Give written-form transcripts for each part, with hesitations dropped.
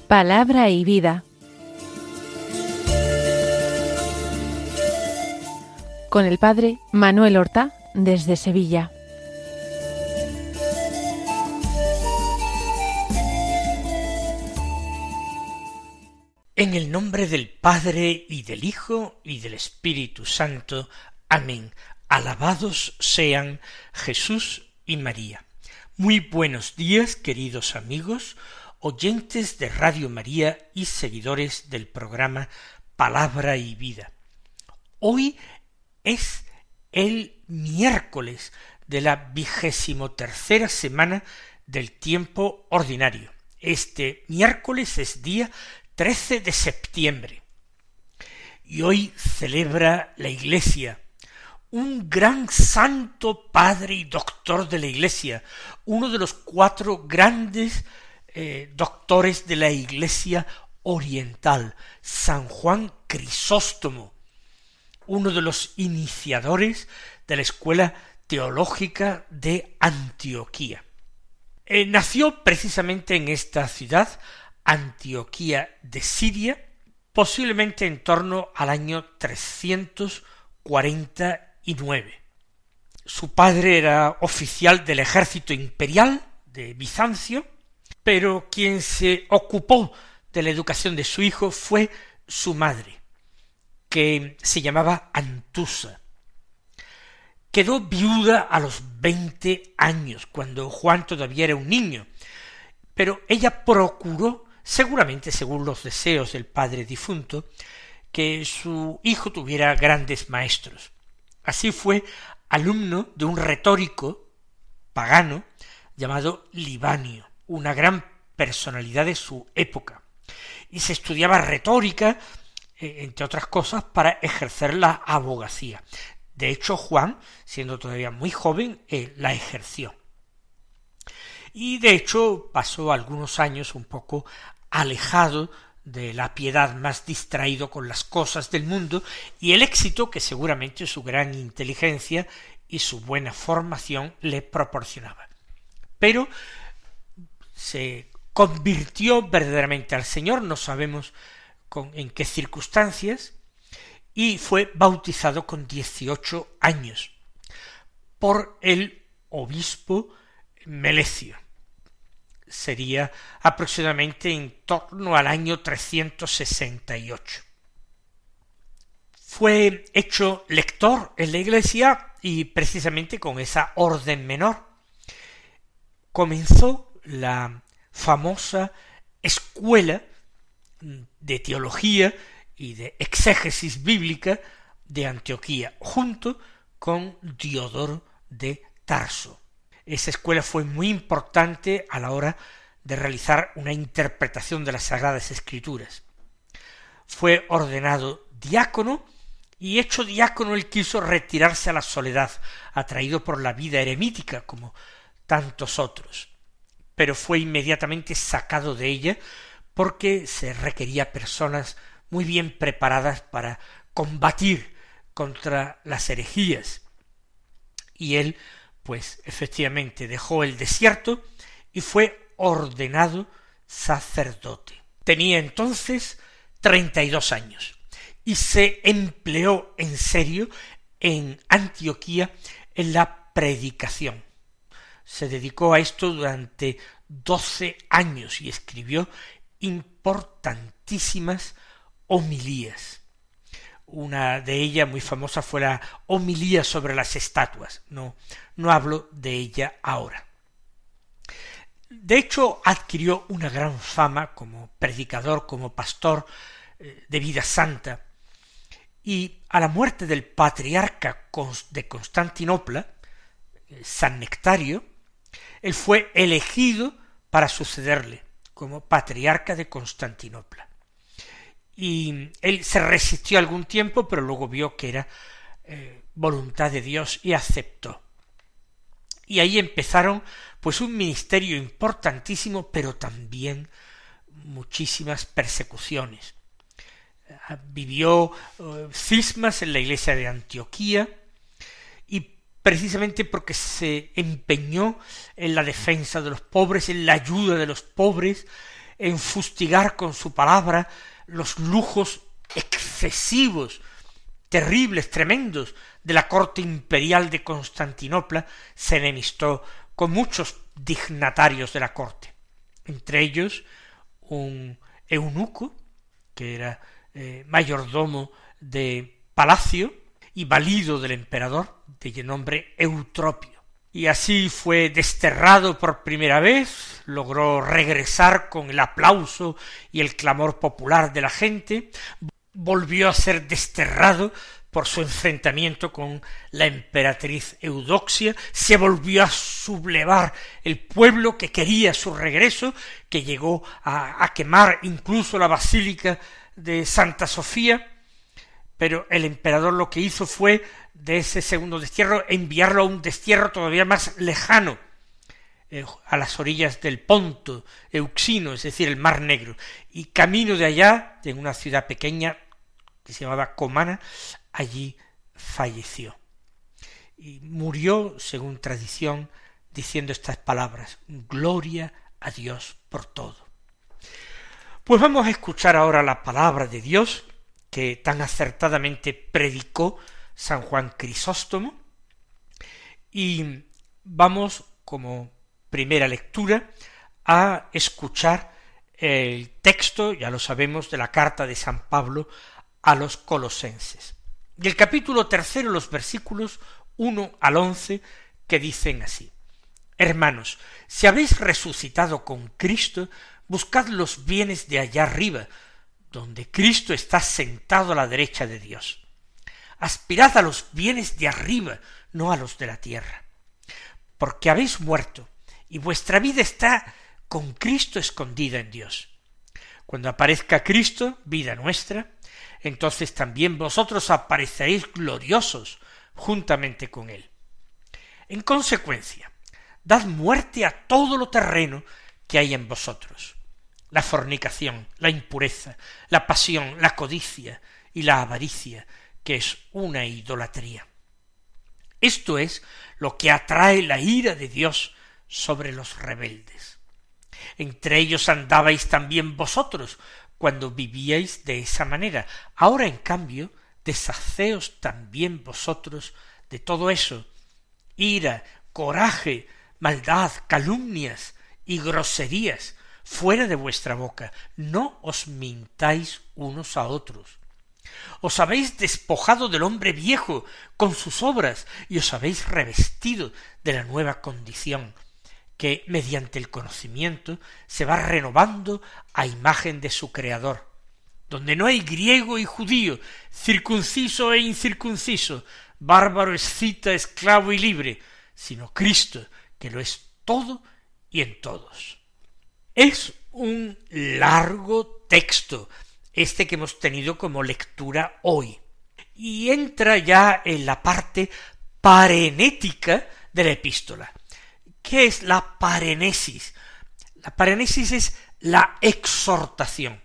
Palabra y vida. Con el padre Manuel Horta, desde Sevilla. En el nombre del Padre, y del Hijo, y del Espíritu Santo. Amén. Alabados sean Jesús y María. Muy buenos días, queridos amigos, oyentes de Radio María y seguidores del programa Palabra y Vida. Hoy es el miércoles de la 23ª semana del tiempo ordinario. Este miércoles es día 13 de septiembre. Y hoy celebra la Iglesia un gran santo padre y doctor de la Iglesia, uno de los 4 grandes doctores de la Iglesia oriental, San Juan Crisóstomo, uno de los iniciadores de la escuela teológica de Antioquía. Nació precisamente en esta ciudad, Antioquía de Siria, posiblemente en torno al año 349. Su padre era oficial del ejército imperial de Bizancio, pero quien se ocupó de la educación de su hijo fue su madre, que se llamaba Antusa. Quedó viuda a los 20 años, cuando Juan todavía era un niño, pero ella procuró, seguramente según los deseos del padre difunto, que su hijo tuviera grandes maestros. Así fue alumno de un retórico pagano llamado Libanio, una gran personalidad de su época, y se estudiaba retórica, entre otras cosas, para ejercer la abogacía. De hecho, Juan, siendo todavía muy joven, la ejerció. Y de hecho pasó algunos años un poco alejado de la piedad, más distraído con las cosas del mundo, y el éxito que seguramente su gran inteligencia y su buena formación le proporcionaba. Pero se convirtió verdaderamente al Señor, no sabemos en qué circunstancias, y fue bautizado con 18 años por el obispo Melecio. Sería aproximadamente en torno al año 368. Fue hecho lector en la Iglesia y precisamente con esa orden menor comenzó la famosa escuela de teología y de exégesis bíblica de Antioquía, junto con Diodoro de Tarso. Esa escuela fue muy importante a la hora de realizar una interpretación de las Sagradas Escrituras. Fue ordenado diácono, y hecho diácono él quiso retirarse a la soledad, atraído por la vida eremítica como tantos otros, pero fue inmediatamente sacado de ella porque se requería personas muy bien preparadas para combatir contra las herejías. Y él, pues efectivamente dejó el desierto y fue ordenado sacerdote. Tenía entonces 32 años y se empleó en serio en Antioquía en la predicación. Se dedicó a esto durante 12 años y escribió importantísimas homilías. Una de ellas muy famosa fue la homilía sobre las estatuas. No hablo de ella ahora. De hecho, adquirió una gran fama como predicador, como pastor de vida santa, y a la muerte del patriarca de Constantinopla, San Nectario, él fue elegido para sucederle como patriarca de Constantinopla. Y él se resistió algún tiempo, pero luego vio que era voluntad de Dios y aceptó. Y ahí empezaron pues un ministerio importantísimo, pero también muchísimas persecuciones. Vivió cismas en la iglesia de Antioquía, y precisamente porque se empeñó en la defensa de los pobres, en la ayuda de los pobres, en fustigar con su palabra los lujos excesivos, terribles, tremendos de la corte imperial de Constantinopla, se enemistó con muchos dignatarios de la corte, entre ellos un eunuco, que era mayordomo de palacio y valido del emperador, de nombre Eutropio. Y así fue desterrado por primera vez, logró regresar con el aplauso y el clamor popular de la gente, volvió a ser desterrado por su enfrentamiento con la emperatriz Eudoxia, se volvió a sublevar el pueblo que quería su regreso, que llegó a quemar incluso la basílica de Santa Sofía, pero el emperador lo que hizo fue, de ese segundo destierro, enviarlo a un destierro todavía más lejano, a las orillas del Ponto Euxino, es decir, el Mar Negro, y camino de allá, en una ciudad pequeña que se llamaba Comana, allí falleció. Y murió, según tradición, diciendo estas palabras: gloria a Dios por todo. Pues vamos a escuchar ahora la palabra de Dios que tan acertadamente predicó San Juan Crisóstomo, y vamos, como primera lectura, a escuchar el texto, ya lo sabemos, de la carta de San Pablo a los colosenses. Y el capítulo 3, los versículos 1 al 11, que dicen así: Hermanos, si habéis resucitado con Cristo, buscad los bienes de allá arriba, donde Cristo está sentado a la derecha de Dios. Aspirad a los bienes de arriba, no a los de la tierra, porque habéis muerto, y vuestra vida está con Cristo escondida en Dios. Cuando aparezca Cristo, vida nuestra, entonces también vosotros apareceréis gloriosos juntamente con Él. En consecuencia, dad muerte a todo lo terreno que hay en vosotros: la fornicación, la impureza, la pasión, la codicia y la avaricia, que es una idolatría. Esto es lo que atrae la ira de Dios sobre los rebeldes. Entre ellos andabais también vosotros, cuando vivíais de esa manera. Ahora, en cambio, deshaceos también vosotros de todo eso: ira, coraje, maldad, calumnias y groserías, fuera de vuestra boca. No os mintáis unos a otros. Os habéis despojado del hombre viejo con sus obras, y os habéis revestido de la nueva condición, que mediante el conocimiento se va renovando a imagen de su Creador, donde no hay griego y judío, circunciso e incircunciso, bárbaro, escita, esclavo y libre, sino Cristo, que lo es todo y en todos. Es un largo texto este que hemos tenido como lectura hoy, y entra ya en la parte parenética de la epístola. ¿Qué es la parenesis? La parenesis es la exhortación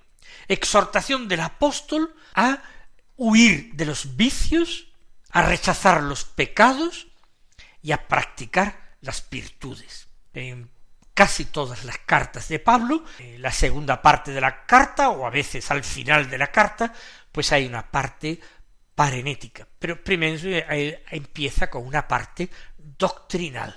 del apóstol a huir de los vicios, a rechazar los pecados y a practicar las virtudes. En casi todas las cartas de Pablo, la segunda parte de la carta, o a veces al final de la carta, pues hay una parte parenética, pero primero empieza con una parte doctrinal,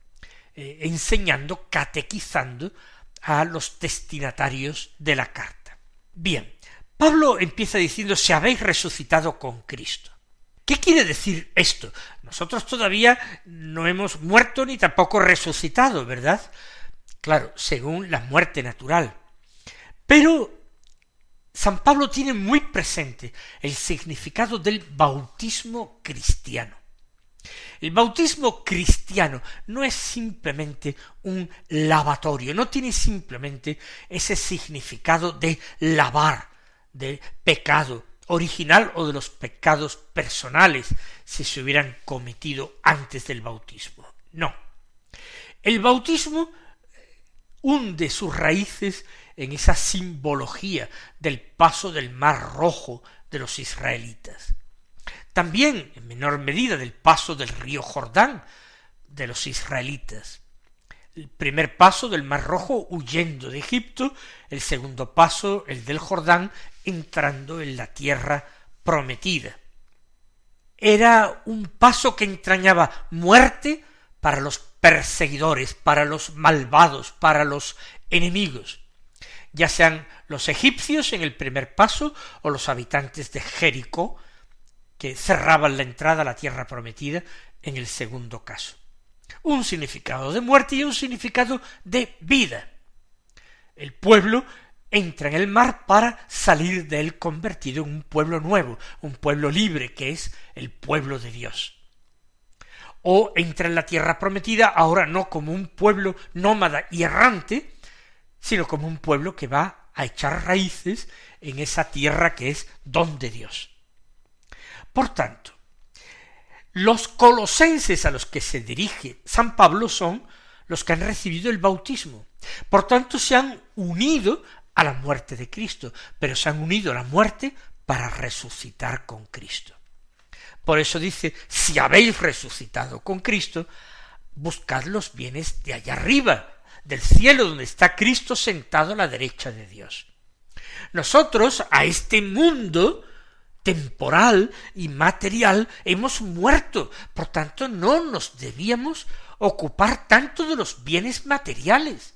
enseñando, catequizando a los destinatarios de la carta. Bien, Pablo empieza diciendo: si habéis resucitado con Cristo. ¿Qué quiere decir esto? Nosotros todavía no hemos muerto ni tampoco resucitado, ¿verdad? Claro, según la muerte natural. Pero San Pablo tiene muy presente el significado del bautismo cristiano. El bautismo cristiano no es simplemente un lavatorio, no tiene simplemente ese significado de lavar, de pecado original o de los pecados personales si se hubieran cometido antes del bautismo. No. El bautismo hunde sus raíces en esa simbología del paso del Mar Rojo de los israelitas. También, en menor medida, del paso del río Jordán de los israelitas. El primer paso del Mar Rojo huyendo de Egipto, el segundo paso el del Jordán entrando en la tierra prometida. Era un paso que entrañaba muerte para los perseguidores, para los malvados, para los enemigos, ya sean los egipcios en el primer paso o los habitantes de Jericó, que cerraban la entrada a la tierra prometida en el segundo caso. Un significado de muerte y un significado de vida. El pueblo entra en el mar para salir de él convertido en un pueblo nuevo, un pueblo libre, que es el pueblo de Dios. O entra en la tierra prometida ahora no como un pueblo nómada y errante, sino como un pueblo que va a echar raíces en esa tierra que es don de Dios. Por tanto, los colosenses a los que se dirige San Pablo son los que han recibido el bautismo. Por tanto, se han unido a la muerte de Cristo, pero se han unido a la muerte para resucitar con Cristo. Por eso dice, si habéis resucitado con Cristo, buscad los bienes de allá arriba, del cielo donde está Cristo sentado a la derecha de Dios. Nosotros a este mundo temporal y material hemos muerto, por tanto no nos debíamos ocupar tanto de los bienes materiales.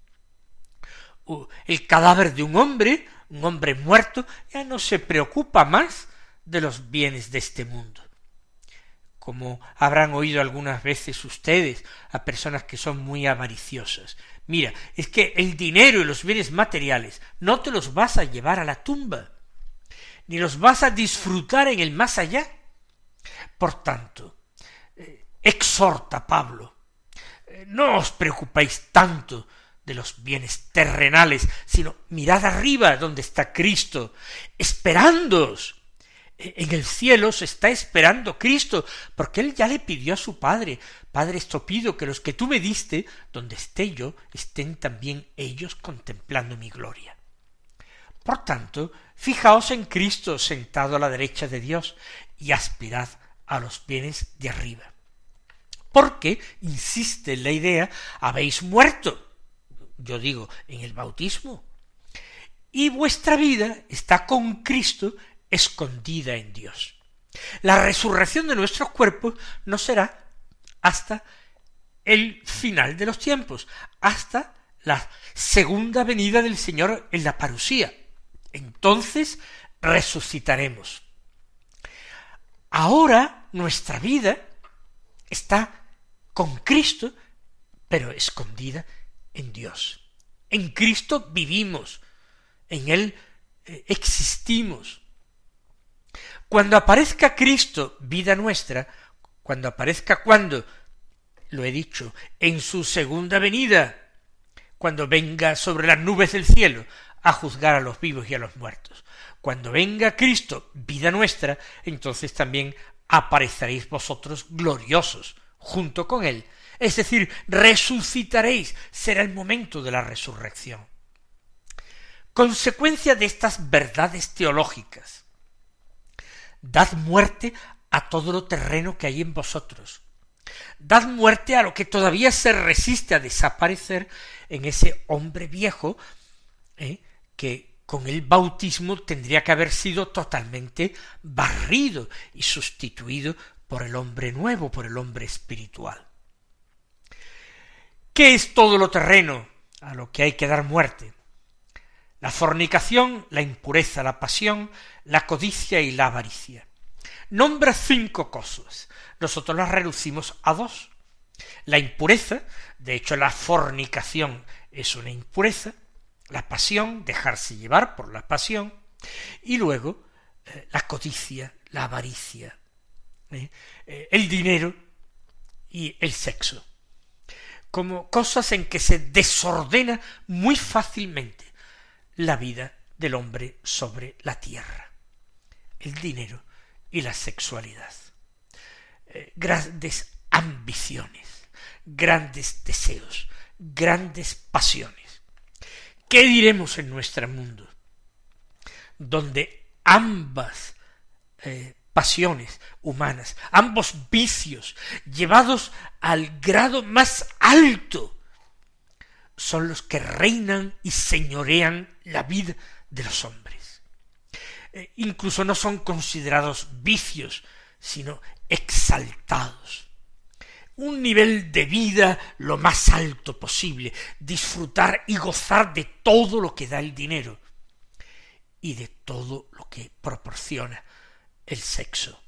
El cadáver de un hombre muerto, ya no se preocupa más de los bienes de este mundo. Como habrán oído algunas veces ustedes a personas que son muy avariciosas. Mira, es que el dinero y los bienes materiales no te los vas a llevar a la tumba, ni los vas a disfrutar en el más allá. Por tanto, exhorta Pablo, no os preocupéis tanto de los bienes terrenales, sino mirad arriba donde está Cristo, esperándoos. En el cielo se está esperando Cristo, porque Él ya le pidió a su Padre, Padre, esto pido, que los que tú me diste, donde esté yo, estén también ellos contemplando mi gloria. Por tanto, fijaos en Cristo sentado a la derecha de Dios y aspirad a los bienes de arriba. Porque, insiste en la idea, habéis muerto, yo digo, en el bautismo, y vuestra vida está con Cristo escondida en Dios. La resurrección de nuestros cuerpos no será hasta el final de los tiempos, hasta la segunda venida del Señor en la parusía. Entonces resucitaremos. Ahora nuestra vida está con Cristo, pero escondida en Dios. En Cristo vivimos, en Él existimos. Cuando aparezca Cristo, vida nuestra, cuando, lo he dicho, en su segunda venida, cuando venga sobre las nubes del cielo a juzgar a los vivos y a los muertos, cuando venga Cristo, vida nuestra, entonces también apareceréis vosotros gloriosos junto con Él. Es decir, resucitaréis, será el momento de la resurrección. Consecuencia de estas verdades teológicas: dad muerte a todo lo terreno que hay en vosotros. Dad muerte a lo que todavía se resiste a desaparecer en ese hombre viejo, que con el bautismo tendría que haber sido totalmente barrido y sustituido por el hombre nuevo, por el hombre espiritual. ¿Qué es todo lo terreno a lo que hay que dar muerte? La fornicación, la impureza, la pasión, la codicia y la avaricia. Nombra 5 cosas. Nosotros las reducimos a 2. La impureza, de hecho la fornicación es una impureza, la pasión, dejarse llevar por la pasión, y luego la codicia, la avaricia, el dinero y el sexo, como cosas en que se desordena muy fácilmente la vida del hombre sobre la tierra. El dinero y la sexualidad. Grandes ambiciones, grandes deseos, grandes pasiones. ¿Qué diremos en nuestro mundo? Donde ambas pasiones humanas, ambos vicios, llevados al grado más alto, son los que reinan y señorean la vida de los hombres. Incluso no son considerados vicios, sino exaltados. Un nivel de vida lo más alto posible, disfrutar y gozar de todo lo que da el dinero y de todo lo que proporciona el sexo.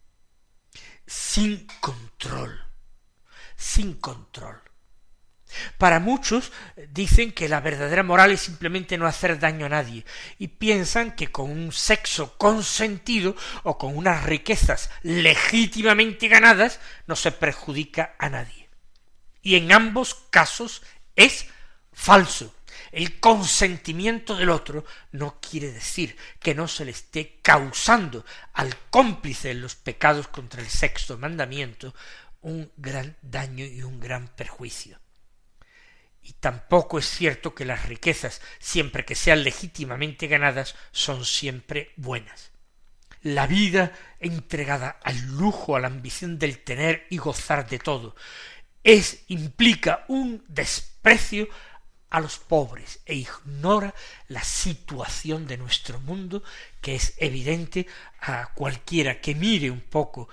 Sin control, sin control. Para muchos dicen que la verdadera moral es simplemente no hacer daño a nadie y piensan que con un sexo consentido o con unas riquezas legítimamente ganadas no se perjudica a nadie. Y en ambos casos es falso. El consentimiento del otro no quiere decir que no se le esté causando al cómplice en los pecados contra el sexto mandamiento un gran daño y un gran perjuicio. Y tampoco es cierto que las riquezas, siempre que sean legítimamente ganadas, son siempre buenas. La vida entregada al lujo, a la ambición del tener y gozar de todo, implica un desprecio a los pobres e ignora la situación de nuestro mundo, que es evidente a cualquiera que mire un poco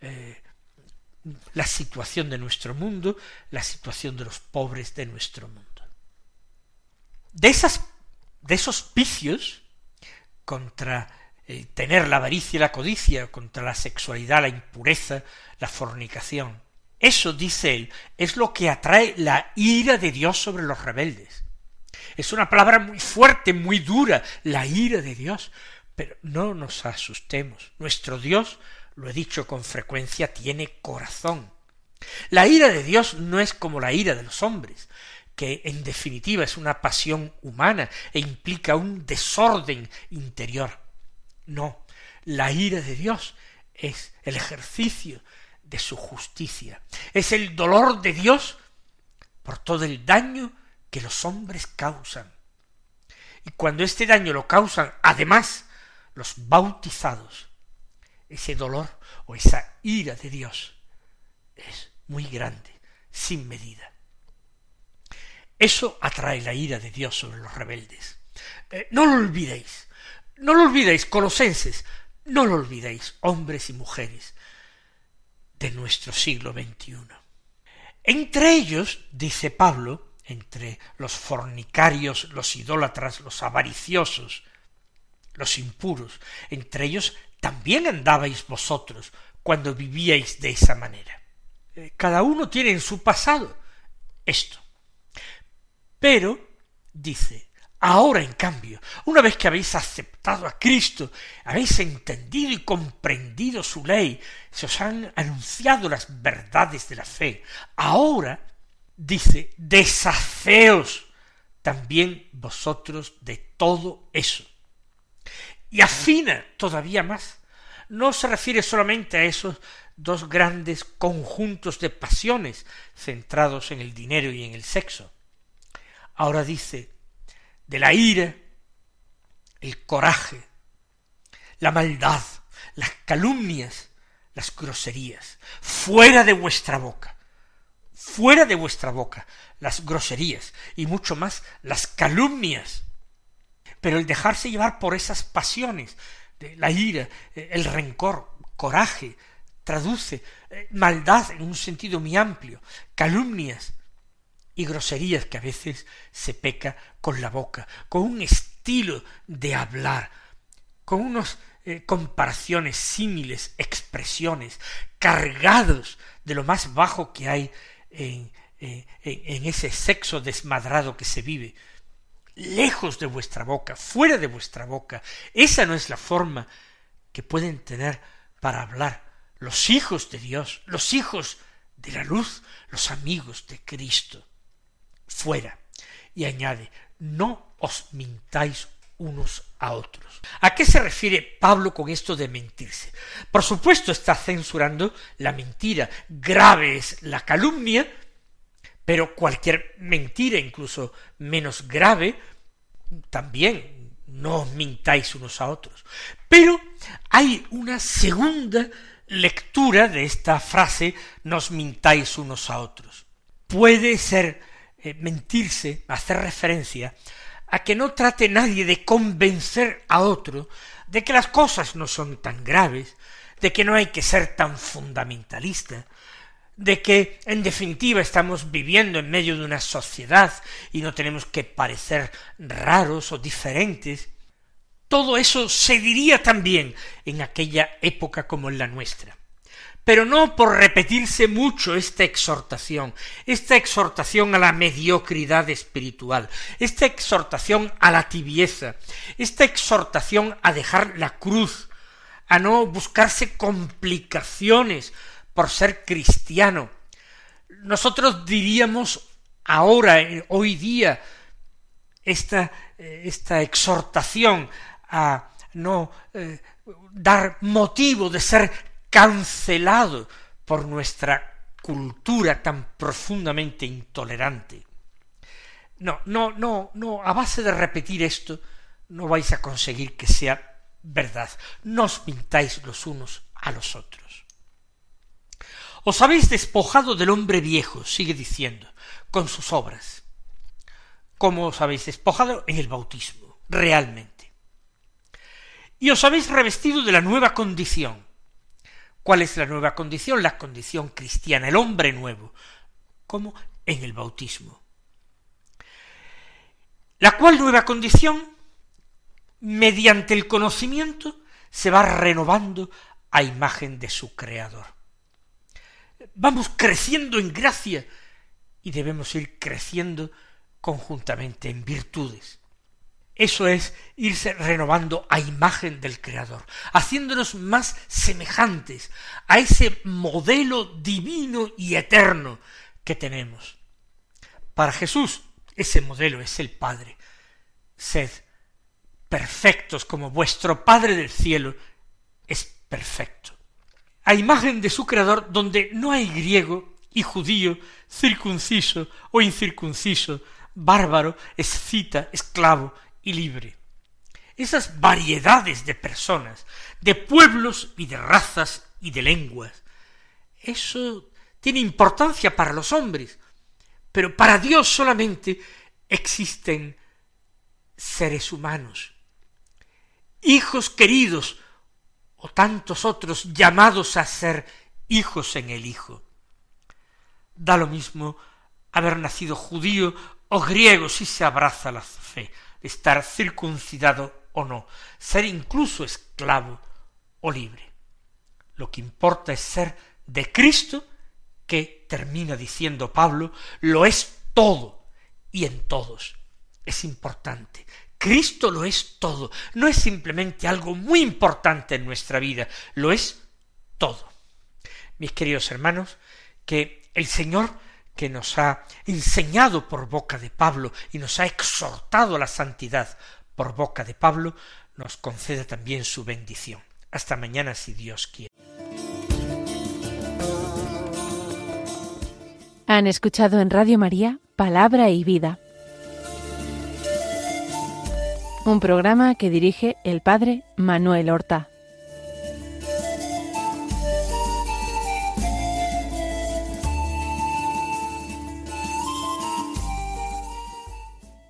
la situación de nuestro mundo, la situación de los pobres de nuestro mundo. De esos vicios contra tener la avaricia y la codicia, contra la sexualidad, la impureza, la fornicación, eso, dice él, es lo que atrae la ira de Dios sobre los rebeldes. Es una palabra muy fuerte, muy dura, la ira de Dios, pero no nos asustemos. Nuestro Dios, lo he dicho con frecuencia, tiene corazón. La ira de Dios no es como la ira de los hombres, que en definitiva es una pasión humana e implica un desorden interior. No, la ira de Dios es el ejercicio de su justicia, es el dolor de Dios por todo el daño que los hombres causan. Y cuando este daño lo causan, además, los bautizados, ese dolor o esa ira de Dios es muy grande, sin medida. Eso atrae la ira de Dios sobre los rebeldes. No lo olvidéis, colosenses, no lo olvidéis, hombres y mujeres de nuestro siglo XXI. Entre ellos, dice Pablo, entre los fornicarios, los idólatras, los avariciosos, los impuros, entre ellos también andabais vosotros cuando vivíais de esa manera. Cada uno tiene en su pasado esto. Pero, dice, ahora en cambio, una vez que habéis aceptado a Cristo, habéis entendido y comprendido su ley, se os han anunciado las verdades de la fe, ahora, dice, deshaceos también vosotros de todo eso. Y afina todavía más. No se refiere solamente a esos dos grandes conjuntos de pasiones centrados en el dinero y en el sexo. Ahora dice, de la ira, el coraje, la maldad, las calumnias, las groserías, fuera de vuestra boca, las groserías y mucho más las calumnias. Pero el dejarse llevar por esas pasiones, de la ira, el rencor, coraje, traduce maldad en un sentido muy amplio, calumnias y groserías, que a veces se peca con la boca, con un estilo de hablar, con unas comparaciones, símiles, expresiones, cargados de lo más bajo que hay en ese sexo desmadrado que se vive. Lejos de vuestra boca, fuera de vuestra boca. Esa no es la forma que pueden tener para hablar los hijos de Dios, los hijos de la luz, los amigos de Cristo. Fuera. Y añade, no os mintáis unos a otros. ¿A qué se refiere Pablo con esto de mentirse? Por supuesto está censurando la mentira. Grave es la calumnia, pero cualquier mentira, incluso menos grave, también no os mintáis unos a otros. Pero hay una segunda lectura de esta frase, no os mintáis unos a otros. Puede ser mentirse, hacer referencia a que no trate nadie de convencer a otro de que las cosas no son tan graves, de que no hay que ser tan fundamentalista, de que en definitiva estamos viviendo en medio de una sociedad y no tenemos que parecer raros o diferentes. Todo eso se diría también en aquella época como en la nuestra, pero no por repetirse mucho esta exhortación a la mediocridad espiritual, esta exhortación a la tibieza, esta exhortación a dejar la cruz, a no buscarse complicaciones por ser cristiano. Nosotros diríamos ahora, hoy día, esta exhortación a no dar motivo de ser cancelado por nuestra cultura tan profundamente intolerante. No, a base de repetir esto, no vais a conseguir que sea verdad. No os mintáis los unos a los otros. Os habéis despojado del hombre viejo, sigue diciendo, con sus obras. ¿Cómo os habéis despojado? En el bautismo, realmente. Y os habéis revestido de la nueva condición. ¿Cuál es la nueva condición? La condición cristiana, el hombre nuevo. ¿Cómo? En el bautismo. La cual nueva condición, mediante el conocimiento, se va renovando a imagen de su Creador. Vamos creciendo en gracia y debemos ir creciendo conjuntamente en virtudes. Eso es irse renovando a imagen del Creador, haciéndonos más semejantes a ese modelo divino y eterno que tenemos. Para Jesús, ese modelo es el Padre. Sed perfectos como vuestro Padre del cielo es perfecto. A imagen de su Creador, donde no hay griego y judío, circunciso o incircunciso, bárbaro, escita, esclavo y libre. Esas variedades de personas, de pueblos y de razas y de lenguas, eso tiene importancia para los hombres, pero para Dios solamente existen seres humanos, hijos queridos, o tantos otros llamados a ser hijos en el Hijo. Da lo mismo haber nacido judío o griego si se abraza la fe, estar circuncidado o no, ser incluso esclavo o libre. Lo que importa es ser de Cristo, que, termina diciendo Pablo, lo es todo y en todos. Es importante. Cristo lo es todo, no es simplemente algo muy importante en nuestra vida, lo es todo. Mis queridos hermanos, que el Señor, que nos ha enseñado por boca de Pablo y nos ha exhortado a la santidad por boca de Pablo, nos conceda también su bendición. Hasta mañana si Dios quiere. Han escuchado en Radio María Palabra y Vida, un programa que dirige el Padre Manuel Horta.